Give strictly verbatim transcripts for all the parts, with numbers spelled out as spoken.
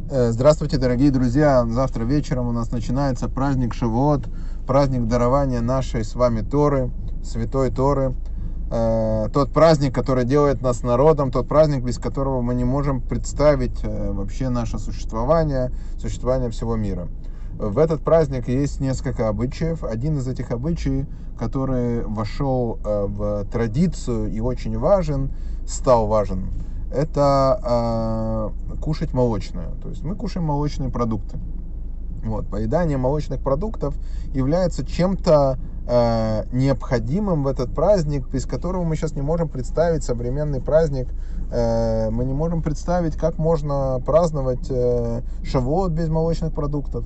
Э, Здравствуйте, дорогие друзья! Завтра вечером у нас начинается праздник Шавуот, праздник дарования нашей с вами Торы, Святой Торы. Э, Тот праздник, который делает нас народом, тот праздник, без которого мы не можем представить э, вообще наше существование, существование всего мира. В этот праздник есть несколько обычаев. Один из этих обычаев, который вошел э, в традицию и очень важен, стал важен, это э, кушать молочное. То есть мы кушаем молочные продукты. Вот. Поедание молочных продуктов является чем-то э, необходимым в этот праздник, без которого мы сейчас не можем представить современный праздник. Э, мы не можем представить, как можно праздновать э, Шавуот без молочных продуктов.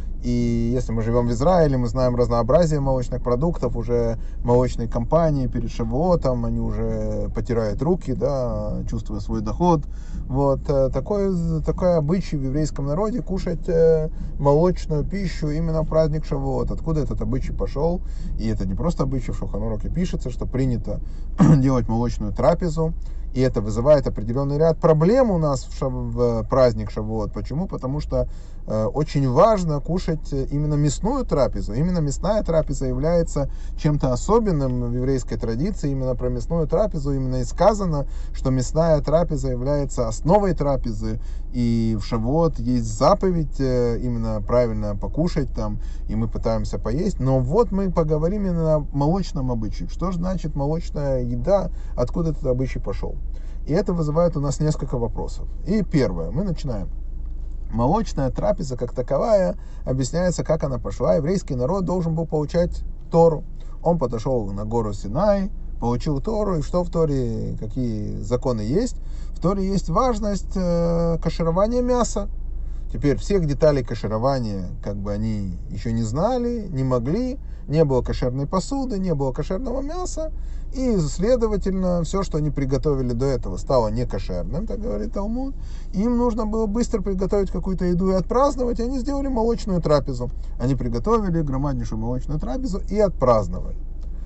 И если мы живем в Израиле, мы знаем разнообразие молочных продуктов, уже молочные компании перед Шавуотом, они уже потирают руки, да, чувствуя свой доход. Вот такой, такой обычай в еврейском народе кушать молочную пищу именно в праздник Шавуот. Откуда этот обычай пошел? И это не просто обычай, в Шулхан Арухе пишется, что принято делать молочную трапезу. И это вызывает определенный ряд проблем у нас в, шав... в праздник Шавуот. Почему? Потому что э, очень важно кушать именно мясную трапезу. Именно мясная трапеза является чем-то особенным в еврейской традиции. Именно про мясную трапезу именно и сказано, что мясная трапеза является основой трапезы. И в Шавуот есть заповедь э, именно правильно покушать там, и мы пытаемся поесть. Но вот мы поговорим именно о молочном обычае. Что же значит молочная еда? Откуда этот обычай пошел? И это вызывает у нас несколько вопросов. И первое, мы начинаем. Молочная трапеза как таковая, объясняется, как она пошла. Еврейский народ должен был получать Тору. Он подошел на гору Синай, получил Тору. И что в Торе, какие законы есть? В Торе есть важность э, каширования мяса. Теперь всех деталей каширования, как бы они еще не знали, не могли. Не было кошерной посуды, не было кошерного мяса. И, следовательно, все, что они приготовили до этого, стало некошерным, так говорит Талмуд. Им нужно было быстро приготовить какую-то еду и отпраздновать. И они сделали молочную трапезу. Они приготовили громаднейшую молочную трапезу и отпраздновали.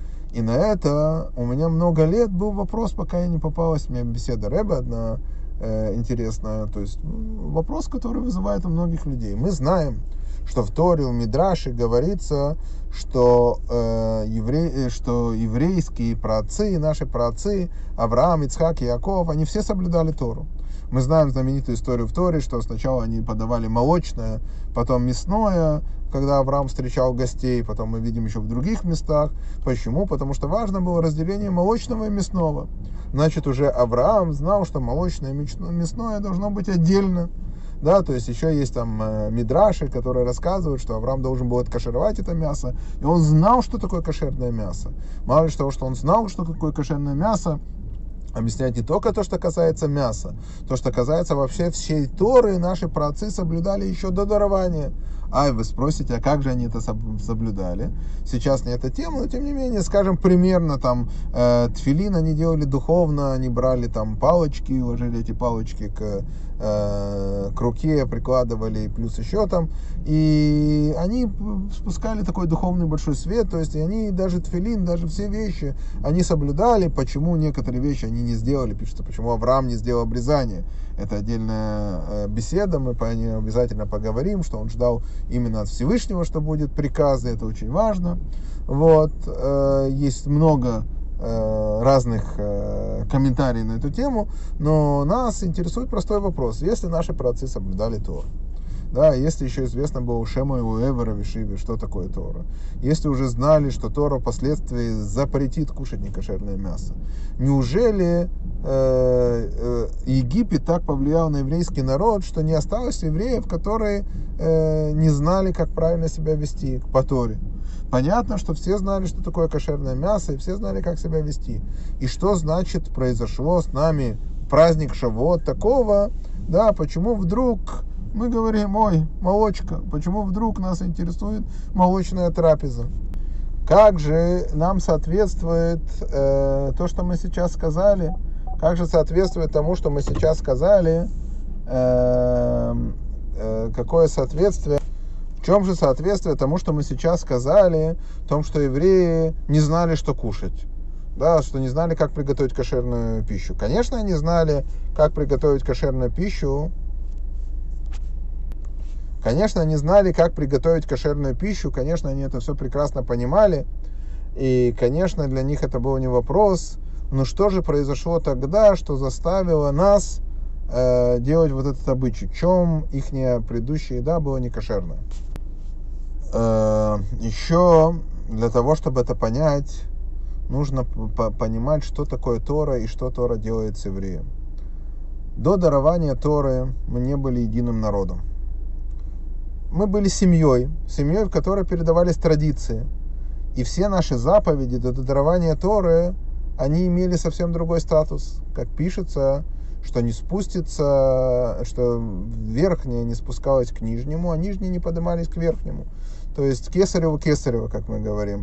И на это у меня много лет был вопрос, пока я не попалась. Мне беседа Ребе одна э, интересная. То есть вопрос, который вызывает у многих людей. Мы знаем, что в Торе, в Мидраше говорится, что, э, евре... что еврейские праотцы, наши праотцы, Авраам, Ицхак и Яков, они все соблюдали Тору. Мы знаем знаменитую историю в Торе, что сначала они подавали молочное, потом мясное, когда Авраам встречал гостей, потом мы видим еще в других местах. Почему? Потому что важно было разделение молочного и мясного. Значит, уже Авраам знал, что молочное и мясное должно быть отдельно. Да, то есть еще есть там э, мидраши, которые рассказывают, что Авраам должен был откашировать это мясо, и он знал, что такое кошерное мясо. Мало ли того, что он знал, что такое кошерное мясо, объясняет не только то, что касается мяса, то, что касается вообще всей Торы, наши праотцы соблюдали еще до дарования. А вы спросите, а как же они это соблюдали? Сейчас не эта тема, но тем не менее, скажем, примерно там э, тфилин они делали духовно, они брали там палочки, ложили эти палочки к, э, к руке, прикладывали, плюс еще там, и они спускали такой духовный большой свет, то есть и они даже тфилин, даже все вещи, они соблюдали. Почему некоторые вещи они не сделали, пишется, почему Авраам не сделал обрезание. Это отдельная беседа, мы по ней обязательно поговорим, что он ждал именно от Всевышнего, что будет приказы, это очень важно. Вот. Есть много разных комментариев на эту тему, но нас интересует простой вопрос. Если наши праотцы соблюдали Тору, да, если еще известно было Шема и Уэвера Вишиве, что такое Тора, если уже знали, что Тора впоследствии запретит кушать некошерное мясо, неужели э, э, Египет так повлиял на еврейский народ, что не осталось евреев, которые э, не знали, как правильно себя вести по Торе? Понятно, что все знали, что такое кошерное мясо, и все знали, как себя вести. И что значит произошло с нами праздник Шавуот такого, да, почему вдруг мы говорим, ой, молочка, почему вдруг нас интересует молочная трапеза? Как же нам соответствует э, то, что мы сейчас сказали? Как же соответствует тому, что мы сейчас сказали? Э, э, какое соответствие? В чем же соответствие тому, что мы сейчас сказали, в том, что евреи не знали, что кушать? Да, что не знали, как приготовить кошерную пищу. Конечно, они знали, как приготовить кошерную пищу Конечно, они знали, как приготовить кошерную пищу, конечно, они это все прекрасно понимали, и, конечно, для них это был не вопрос. Но что же произошло тогда, что заставило нас э, делать вот этот обычай? В чем их предыдущая еда была не кошерная? Э, еще для того, чтобы это понять, нужно понимать, что такое Тора и что Тора делает с евреем. До дарования Торы мы не были единым народом. Мы были семьей, семьей, в которой передавались традиции. И все наши заповеди до дарования Торы, они имели совсем другой статус. Как пишется, что не спустится, что верхнее не спускалось к нижнему, а нижние не поднимались к верхнему. То есть кесарево кесарево, как мы говорим.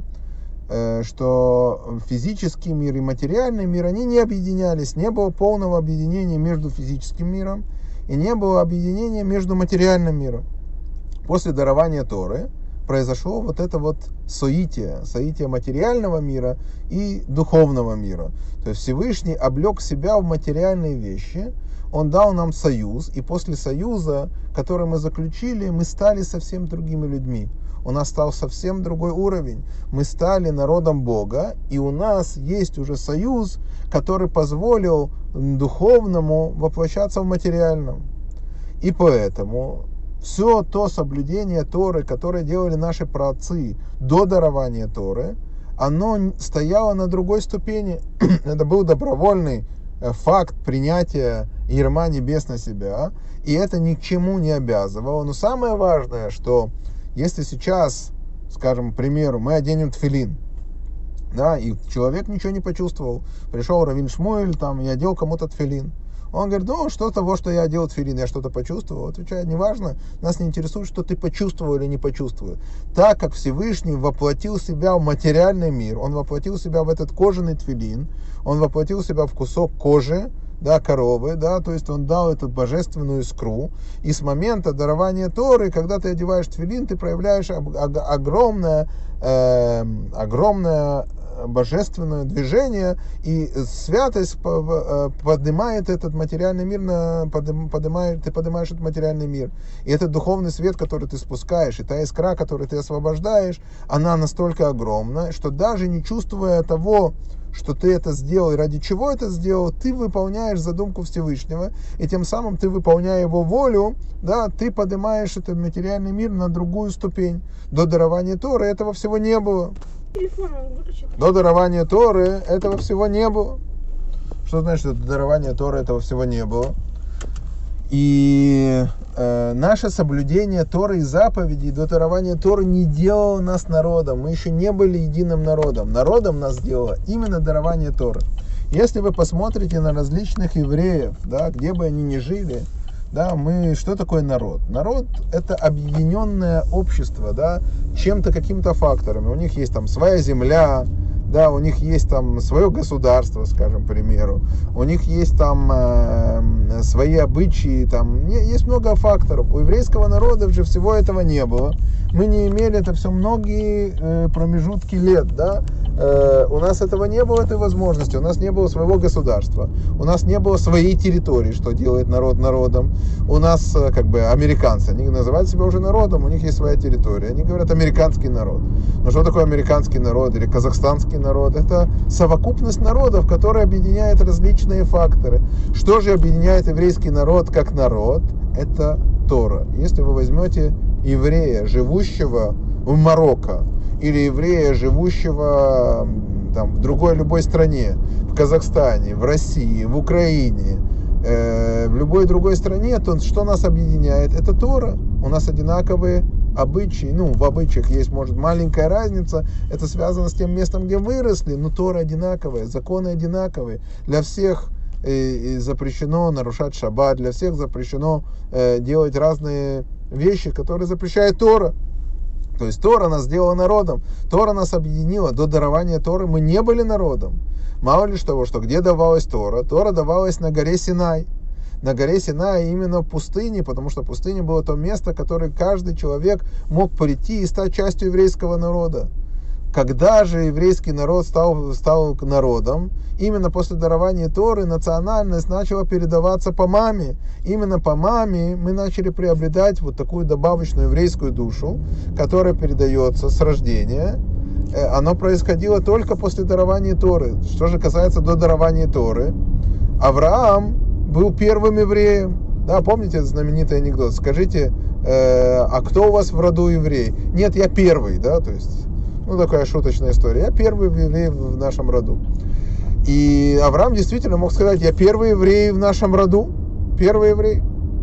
Что физический мир и материальный мир, они не объединялись. Не было полного объединения между физическим миром и не было объединения между материальным миром. После дарования Торы произошло вот это вот соитие, соитие материального мира и духовного мира. То есть Всевышний облег себя в материальные вещи, Он дал нам союз, и после союза, который мы заключили, мы стали совсем другими людьми. У нас стал совсем другой уровень. Мы стали народом Бога, и у нас есть уже союз, который позволил духовному воплощаться в материальном. И поэтому все то соблюдение Торы, которое делали наши праотцы до дарования Торы, оно стояло на другой ступени. Это был добровольный факт принятия ярма небес на себя, и это ни к чему не обязывало. Но самое важное, что если сейчас, скажем, к примеру, мы оденем тфилин, да, и человек ничего не почувствовал, пришел раввин Шмуэль там, и одел кому-то тфилин, он говорит, ну, что того, что я одел тфилин, я что-то почувствовал. Отвечает, неважно, нас не интересует, что ты почувствовал или не почувствовал. Так как Всевышний воплотил себя в материальный мир, он воплотил себя в этот кожаный тфилин, он воплотил себя в кусок кожи, да, коровы, да, то есть он дал эту божественную искру, и с момента дарования Торы, когда ты одеваешь тфилин, ты проявляешь огромное, э, огромное божественное движение, и святость поднимает этот материальный мир, на, поднимает, ты поднимаешь этот материальный мир. И этот духовный свет, который ты спускаешь, и та искра, которую ты освобождаешь, она настолько огромна, что даже не чувствуя того, что ты это сделал и ради чего это сделал, ты выполняешь задумку Всевышнего, и тем самым ты, выполняя его волю, да, ты поднимаешь этот материальный мир на другую ступень. До дарования Торы этого всего не было. До дарования Торы этого всего не было. Что значит, до дарования Торы этого всего не было? И э, наше соблюдение Торы и заповедей до дарования Торы не делало нас народом. Мы еще не были единым народом. Народом нас делало именно дарование Торы. Если вы посмотрите на различных евреев, да, где бы они ни жили, да, мы, что такое народ? Народ — это объединенное общество, да, чем-то, каким-то факторами. У них есть там своя земля, да, у них есть там свое государство, скажем, к примеру, у них есть там э, свои обычаи, там есть много факторов. У еврейского народа же всего этого не было. Мы не имели это все многие э, промежутки лет, да. Э, у нас этого не было, этой возможности, у нас не было своего государства, у нас не было своей территории, что делает народ народом. У нас, э, как бы, американцы, они называют себя уже народом, у них есть своя территория, они говорят американский народ. Но что такое американский народ или казахстанский народ? Это совокупность народов, которая объединяет различные факторы. Что же объединяет еврейский народ как народ? Это Тора. Если вы возьмете еврея, живущего в Марокко, или еврея, живущего там, в другой любой стране, в Казахстане, в России, в Украине, э, в любой другой стране, то что нас объединяет? Это Тора. У нас одинаковые обычаи. Ну, в обычаях есть, может, маленькая разница. Это связано с тем местом, где выросли, но Тора одинаковая, законы одинаковые. Для всех э, запрещено нарушать шаббат, для всех запрещено э, делать разные вещи, которые запрещает Тора. То есть Тора нас сделала народом, Тора нас объединила. До дарования Торы мы не были народом. Мало лишь того, что где давалась Тора? Тора давалась на горе Синай. На горе Синай именно в пустыне, потому что пустыня было то место, которое каждый человек мог прийти и стать частью еврейского народа. когда же еврейский народ стал, стал народом, именно после дарования Торы национальность начала передаваться по маме. Именно по маме мы начали приобретать вот такую добавочную еврейскую душу, которая передается с рождения. Оно происходило только после дарования Торы. Что же касается до дарования Торы, Авраам был первым евреем. Да, помните этот знаменитый анекдот? Скажите, э, а кто у вас в роду еврей? Нет, я первый, да, то есть, ну, такая шуточная история. Я первый еврей в нашем роду. И Авраам действительно мог сказать, я первый еврей в нашем роду, первый еврей.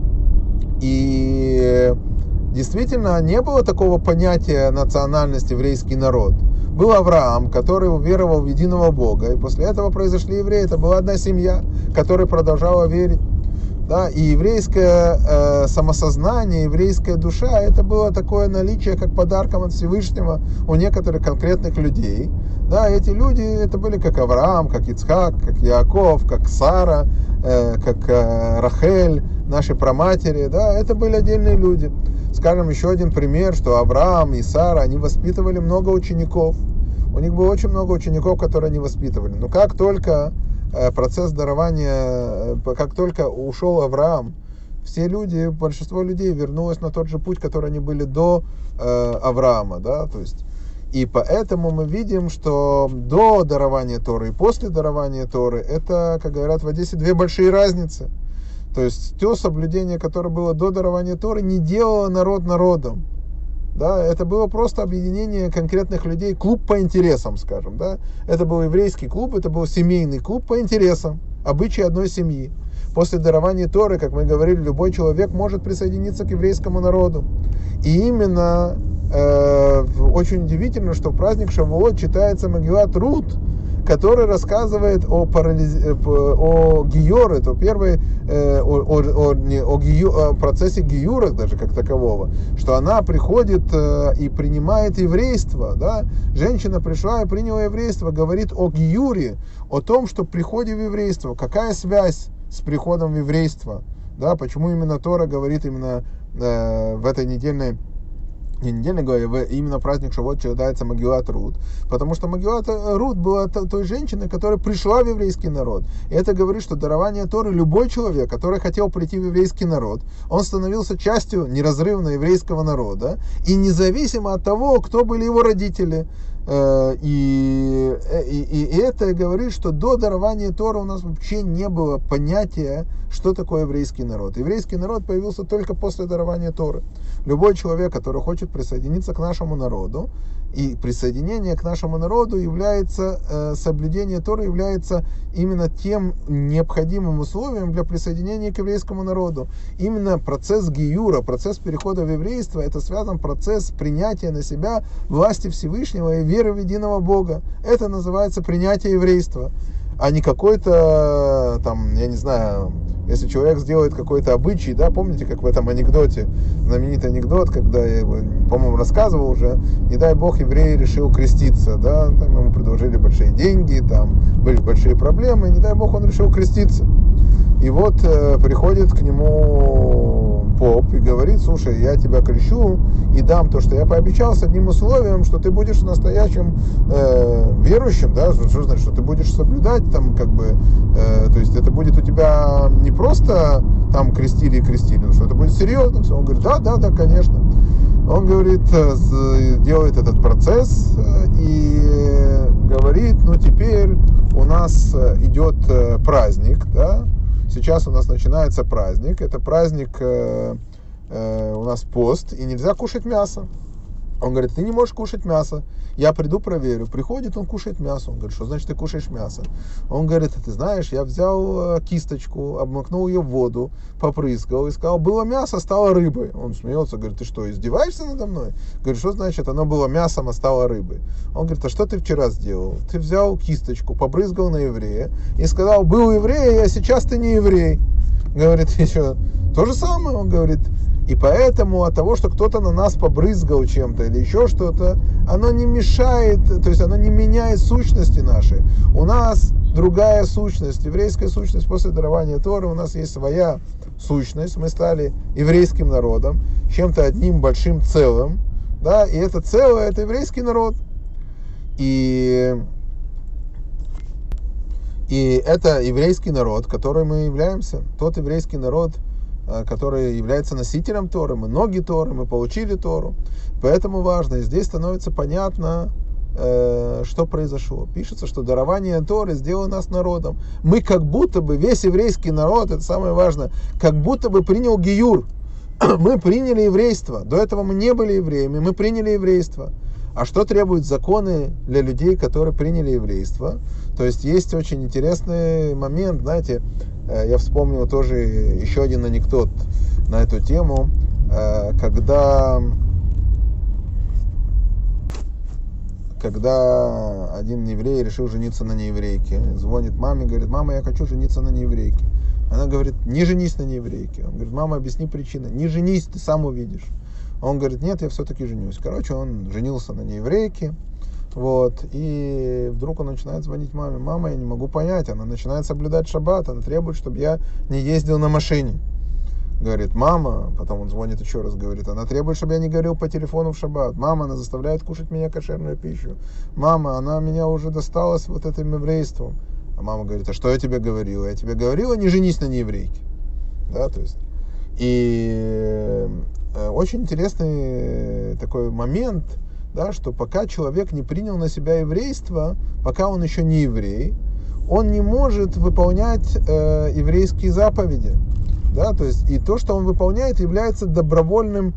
И действительно не было такого понятия национальности еврейский народ. Был Авраам, который уверовал в единого Бога, и после этого произошли евреи. Это была одна семья, которая продолжала верить. Да, и еврейское э, самосознание, еврейская душа, это было такое наличие, как подарком от Всевышнего у некоторых конкретных людей. Да, эти люди, это были как Авраам, как Ицхак, как Яаков, как Сара, э, как э, Рахель, наши праматери, да, это были отдельные люди. Скажем, еще один пример, что Авраам и Сара, они воспитывали много учеников. У них было очень много учеников, которые они воспитывали. Но как только процесс дарования, как только ушел Авраам, все люди, большинство людей вернулось на тот же путь, который они были до э, Авраама, да, то есть, и поэтому мы видим, что до дарования Торы и после дарования Торы, это, как говорят в Одессе, две большие разницы. То есть, то соблюдение, которое было до дарования Торы, не делало народ народом. Да, это было просто объединение конкретных людей, клуб по интересам, скажем, да. Это был еврейский клуб, это был семейный клуб по интересам, обычаи одной семьи. После дарования Торы, как мы говорили, любой человек может присоединиться к еврейскому народу. И именно э, очень удивительно, что в праздник Шавуот читается Мегилат Рут, который рассказывает о, парализ... о гиюре, то первый, э, о, о, не, о, гию... о процессе гиюра даже как такового, что она приходит э, и принимает еврейство, да? Женщина пришла и приняла еврейство, говорит о гиюре, о том, что приходе в еврейство, какая связь с приходом в еврейство, да? Почему именно Тора говорит именно э, в этой недельной Не недельной главе, именно праздник Шавуот читается Мегилат Рут, потому что Мегилат Рут была той женщиной, которая пришла в еврейский народ. И это говорит, что дарование Торы, любой человек, который хотел прийти в еврейский народ, он становился частью неразрывно еврейского народа, и независимо от того, кто были его родители. И, и, и это говорит, что до дарования Торы у нас вообще не было понятия, что такое еврейский народ. Еврейский народ появился только после дарования Торы. Любой человек, который хочет присоединиться к нашему народу, и присоединение к нашему народу является, э, соблюдение Торы является именно тем необходимым условием для присоединения к еврейскому народу. Именно процесс гиюра, процесс перехода в еврейство, это связан процесс принятия на себя власти Всевышнего и веры в единого Бога. Это называется принятие еврейства, а не какой-то там, я не знаю, если человек сделает какой-то обычай, да, помните, как в этом анекдоте, знаменитый анекдот, когда я его, по-моему, рассказывал уже, не дай бог, еврей решил креститься, да, там ему предложили большие деньги, там были большие проблемы, и не дай бог, он решил креститься. И вот э, приходит к нему поп и говорит: слушай, я тебя крещу и дам то, что я пообещал, с одним условием, что ты будешь настоящим э, верующим, да, что значит, что ты будешь соблюдать, там, как бы, э, то есть это будет у тебя не просто там крестили и крестили, но что это будет серьезно. Он говорит: да, да, да, конечно. Он говорит, делает этот процесс и говорит: ну теперь у нас идет праздник, да, сейчас у нас начинается праздник, это праздник, э, э, у нас пост, и нельзя кушать мясо. Он говорит: ты не можешь кушать мясо. Я приду, проверю. Приходит, он кушает мясо. Он говорит: что значит ты кушаешь мясо? Он говорит: ты знаешь, я взял кисточку, обмакнул ее в воду, попрыскал и сказал: было мясо, стало рыбой. Он смеется, говорит: ты что, издеваешься надо мной? Говорит: что значит оно было мясом, а стало рыбой? Он говорит: а что ты вчера сделал? Ты взял кисточку, побрызгал на еврея и сказал: был еврей, а сейчас ты не еврей. Говорит: еще то же самое. Он говорит: и поэтому от того, что кто-то на нас побрызгал чем-то или еще что-то, оно не мешает, то есть оно не меняет сущности нашей. У нас другая сущность, еврейская сущность после дарования Торы, у нас есть своя сущность, мы стали еврейским народом, чем-то одним большим целым, да, и это целое, это еврейский народ. И, и это еврейский народ, который мы являемся. Тот еврейский народ, который является носителем Торы. Мы ноги Торы, мы получили Тору. Поэтому важно. И здесь становится понятно, э, что произошло. Пишется, что дарование Торы сделало нас народом. Мы как будто бы, весь еврейский народ, это самое важное, как будто бы принял гиюр. Мы приняли еврейство. До этого мы не были евреями, мы приняли еврейство. А что требуют законы для людей, которые приняли еврейство? То есть есть очень интересный момент, знаете, я вспомнил тоже еще один анекдот на эту тему, когда, когда один еврей решил жениться на нееврейке, звонит маме, говорит: мама, я хочу жениться на нееврейке. Она говорит: не женись на нееврейке. Он говорит: мама, объясни причину. Не женись, ты сам увидишь. Он говорит: нет, я все-таки женюсь. Короче, он женился на нееврейке. Вот, и вдруг он начинает звонить маме: мама, я не могу понять, она начинает соблюдать шаббат, она требует, чтобы я не ездил на машине. Говорит: мама, потом он звонит еще раз, говорит: она требует, чтобы я не говорил по телефону в шаббат. Мама, она заставляет кушать меня кошерную пищу. Мама, она меня уже достала с вот этим еврейством. А мама говорит: а что я тебе говорила? Я тебе говорила, не женись на нееврейке. Да, то есть, и очень интересный такой момент, да, что пока человек не принял на себя еврейство, пока он еще не еврей, он не может выполнять э, еврейские заповеди. Да, то есть, и то, что он выполняет, является добровольным,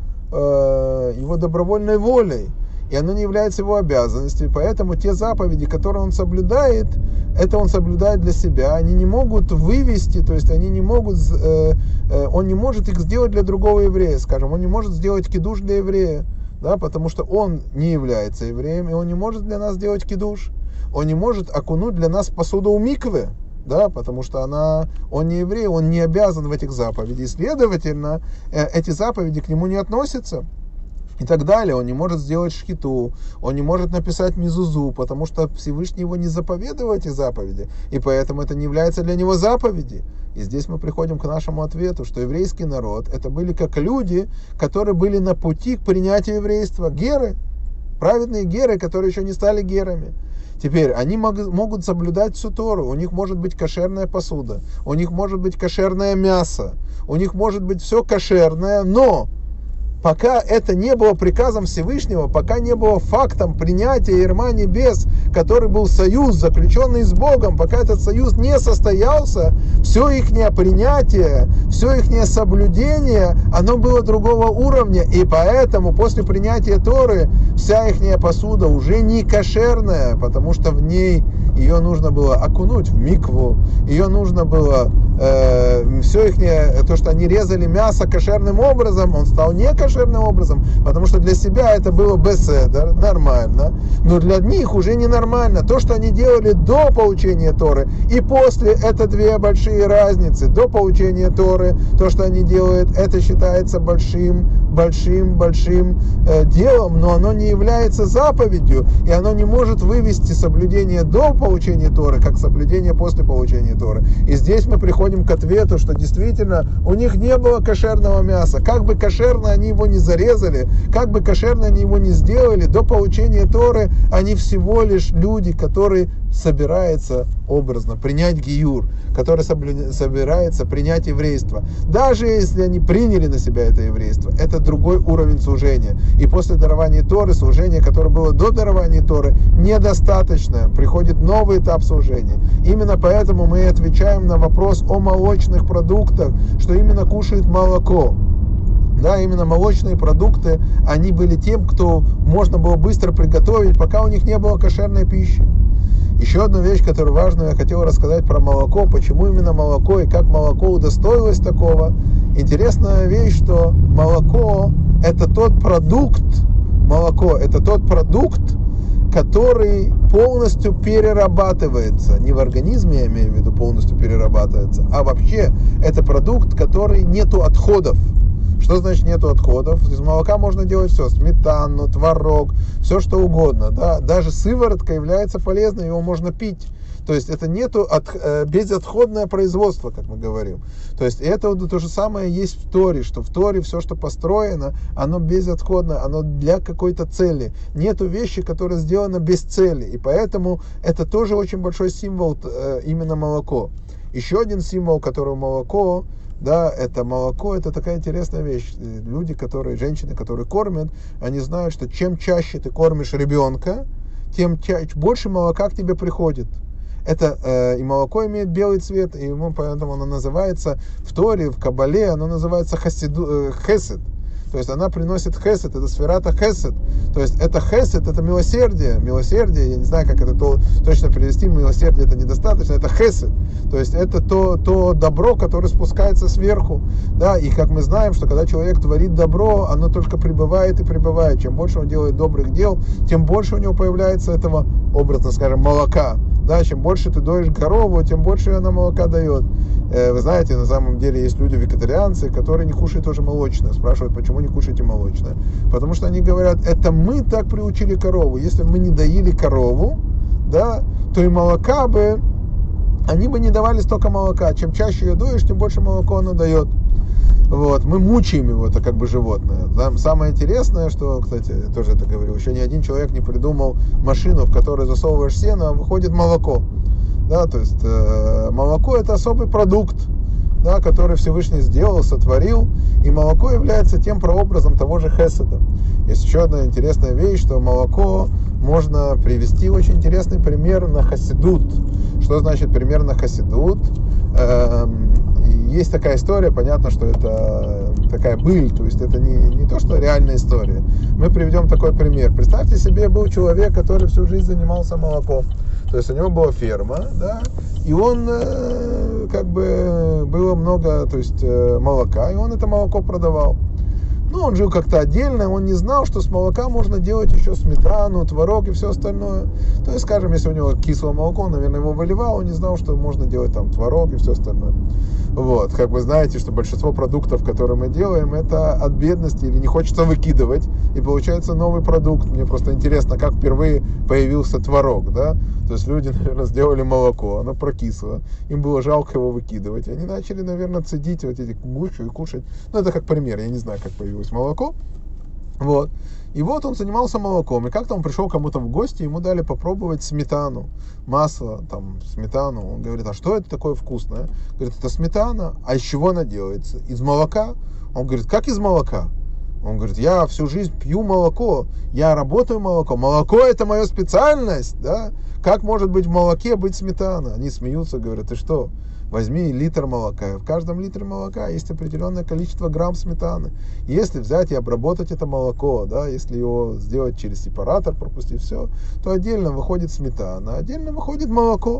э, его добровольной волей. И оно не является его обязанностью. Поэтому те заповеди, которые он соблюдает, это он соблюдает для себя. Они не могут вывести, то есть они не могут, э, э, он не может их сделать для другого еврея, скажем. Он не может сделать кидуш для еврея, да, потому что он не является евреем, и он не может для нас сделать кидуш. Он не может окунуть для нас посуду у миквы, да, потому что она, он не еврей, он не обязан в этих заповедях. Следовательно, э, эти заповеди к нему не относятся. И так далее. Он не может сделать шхиту, он не может написать мизузу, потому что Всевышний его не заповедовал эти заповеди, и поэтому это не является для него заповеди. И здесь мы приходим к нашему ответу, что еврейский народ, это были как люди, которые были на пути к принятию еврейства, геры, праведные геры, которые еще не стали герами. Теперь, они могут, могут соблюдать всю Тору, у них может быть кошерная посуда, у них может быть кошерное мясо, у них может быть все кошерное, но пока это не было приказом Всевышнего, пока не было фактом принятия ярма небес, который был союз, заключенный с Богом, пока этот союз не состоялся, все их принятие, все их соблюдение, оно было другого уровня. И поэтому после принятия Торы вся их посуда уже не кошерная, потому что в ней ее нужно было окунуть в микву, ее нужно было, э, все их, то, что они резали мясо кошерным образом, он стал не кошерным образом, потому что для себя это было беседер, нормально, но для них уже ненормально. То, что они делали до получения Торы и после, это две большие разницы. До получения Торы, то, что они делают, это считается большим, большим, большим э, делом, но оно не является заповедью, и оно не может вывести соблюдение до получения Торы, как соблюдение после получения Торы. И здесь мы приходим к ответу, что действительно у них не было кошерного мяса. Как бы кошерно они его не зарезали, как бы кошерно они его не сделали, до получения Торы они всего лишь люди, которые собираются образно принять гиюр, который соблю... собирается принять еврейство. Даже если они приняли на себя это еврейство, это другой уровень служения. И после дарования Торы, служение, которое было до дарования Торы, недостаточно. Приходит новый этап служения. Именно поэтому мы отвечаем на вопрос о молочных продуктах, что именно кушает молоко. Да, именно молочные продукты, они были тем, кто можно было быстро приготовить, пока у них не было кошерной пищи. Еще одну вещь, которую важную я хотел рассказать про молоко, почему именно молоко и как молоко удостоилось такого. Интересная вещь, что молоко это тот продукт, молоко это тот продукт, который полностью перерабатывается. Не в организме, я имею в виду, полностью перерабатывается, а вообще это продукт, который нету отходов. Что значит нету отходов? Из молока можно делать все, сметану, творог, все что угодно. Да? Даже сыворотка является полезной, его можно пить. То есть это нету от, э, безотходное производство, как мы говорим. То есть это вот то же самое есть в Торе, что в Торе все, что построено, оно безотходно, оно для какой-то цели. Нету вещи, которая сделана без цели. И поэтому это тоже очень большой символ, э, именно молоко. Еще один символ, который молоко, да, это молоко, это такая интересная вещь. Люди, которые, женщины, которые кормят, они знают, что чем чаще ты кормишь ребенка, тем чаще, больше молока к тебе приходит. Это э, и молоко имеет белый цвет, и ему, поэтому оно называется в Торе, в Кабале, оно называется хасиду, э, хесед. То есть она приносит хесед, это сферата хесед. То есть это хесед, это милосердие. Милосердие, я не знаю, как это то, точно перевести, милосердие это недостаточно, это хесед. То есть это то, то добро, которое спускается сверху. Да? И как мы знаем, что когда человек творит добро, оно только прибывает и прибывает. Чем больше он делает добрых дел, тем больше у него появляется этого, образно скажем, молока. Да, чем больше ты доишь корову, тем больше она молока дает. Э, вы знаете, на самом деле есть люди вегетарианцы, которые не кушают тоже молочное. Спрашивают, почему не кушаете молочное? Потому что они говорят, это мы так приучили корову. Если бы мы не доили корову, да, то и молока бы, они бы не давали столько молока. Чем чаще ее доишь, тем больше молоко оно дает. Вот, мы мучаем его, это как бы животное. Там самое интересное, что, кстати, я тоже это говорил, еще ни один человек не придумал машину, в которой засовываешь сено, а выходит молоко. Да, то есть э, молоко это особый продукт, да, который Всевышний сделал, сотворил, и молоко является тем прообразом того же хеседа. Есть еще одна интересная вещь, что молоко можно привести очень интересный пример на хасидут. Что значит пример на хасидут? Эм, Есть такая история, понятно, что это такая быль, то есть это не, не то, что реальная история. Мы приведем такой пример. Представьте себе, был человек, который всю жизнь занимался молоком. То есть у него была ферма, да, и он, э, как бы, было много, то есть, э, молока, и он это молоко продавал. Ну, он жил как-то отдельно, он не знал, что с молока можно делать еще сметану, творог и все остальное. То есть, скажем, если у него кислое молоко, он, наверное, его выливал, он не знал, что можно делать там творог и все остальное. Вот, как вы знаете, что большинство продуктов, которые мы делаем, это от бедности или не хочется выкидывать, и получается новый продукт. Мне просто интересно, как впервые появился творог, да? То есть люди, наверное, сделали молоко, оно прокисло, им было жалко его выкидывать. Они начали, наверное, цедить вот эти гущу и кушать. Ну, это как пример, я не знаю, как появилось молоко. Вот. И вот он занимался молоком. И как-то он пришел кому-то в гости, ему дали попробовать сметану, масло, там, сметану. Он говорит, а что это такое вкусное? Говорит, это сметана. А из чего она делается? Из молока? Он говорит, как из молока? Он говорит, я всю жизнь пью молоко, я работаю молоко. Молоко это моя специальность, да? Как может быть в молоке быть сметана? Они смеются, говорят, ты что? Возьми литр молока. В каждом литре молока есть определенное количество грамм сметаны. Если взять и обработать это молоко, да, если его сделать через сепаратор, пропустить все, то отдельно выходит сметана, отдельно выходит молоко.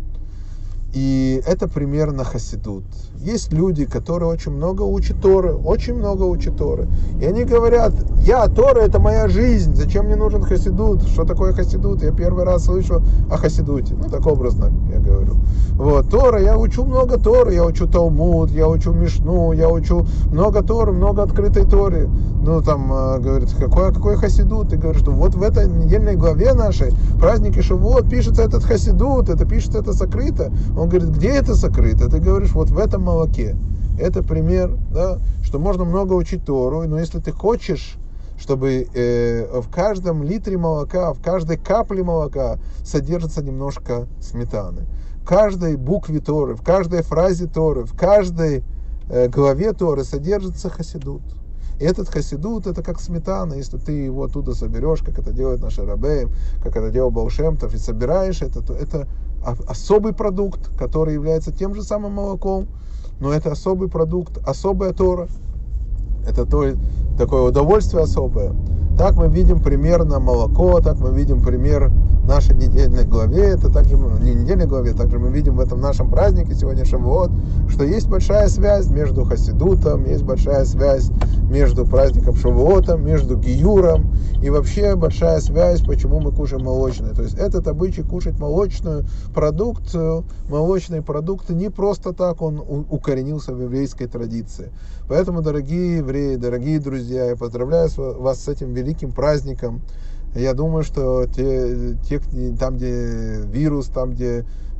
И это примерно хасидут. Есть люди, которые очень много учат Торы, очень много учат Торы. И они говорят, я, Тора, это моя жизнь, зачем мне нужен хасидут? Что такое хасидут? Я первый раз слышу о хасидуте. Ну, так образно я говорю. Вот, Тора, я учу много Торы, я учу Талмуд, я учу Мишну, я учу много Торы, много открытой Торы. Ну, там, говорит, какой, какой хасидут? Ты говоришь, что вот в этой недельной главе нашей, празднике Шавуот, пишется этот хасидут, это пишется, это сокрыто. Он говорит, где это сокрыто? Ты говоришь, вот в этом молоке. Это пример, да, что можно много учить Тору, но если ты хочешь, чтобы э, в каждом литре молока, в каждой капле молока содержится немножко сметаны. В каждой букве Торы, в каждой фразе Торы, в каждой э, главе Торы содержится хасидут. И этот хасидут, это как сметана, если ты его оттуда соберешь, как это делает наш рабей, как это делал Баал Шем Тов, и собираешь это, то это особый продукт, который является тем же самым молоком, но это особый продукт, особая Тора. Это то, такое удовольствие особое. Так мы видим примерно молоко, так мы видим пример нашей недельной главе, это также не недельной главе, также мы видим в этом нашем празднике сегодня Шавуот, что есть большая связь между хасидутом, есть большая связь между праздником Шавуотом, между гиюром и вообще большая связь, почему мы кушаем молочное. То есть этот обычай кушать молочную продукцию, молочные продукты не просто так, он укоренился в еврейской традиции. Поэтому, дорогие евреи, дорогие друзья, я поздравляю вас с этим великим праздником. Я думаю, что те, те, там, где вирус, там, где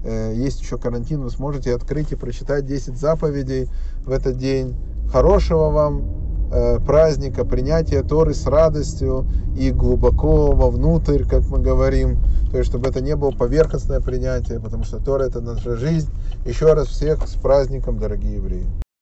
есть еще карантин, вы сможете открыть и прочитать десять заповедей в этот день. Хорошего вам праздника, принятия Торы с радостью и глубоко вовнутрь, как мы говорим, то есть чтобы это не было поверхностное принятие, потому что Тора — это наша жизнь. Еще раз всех с праздником, дорогие евреи.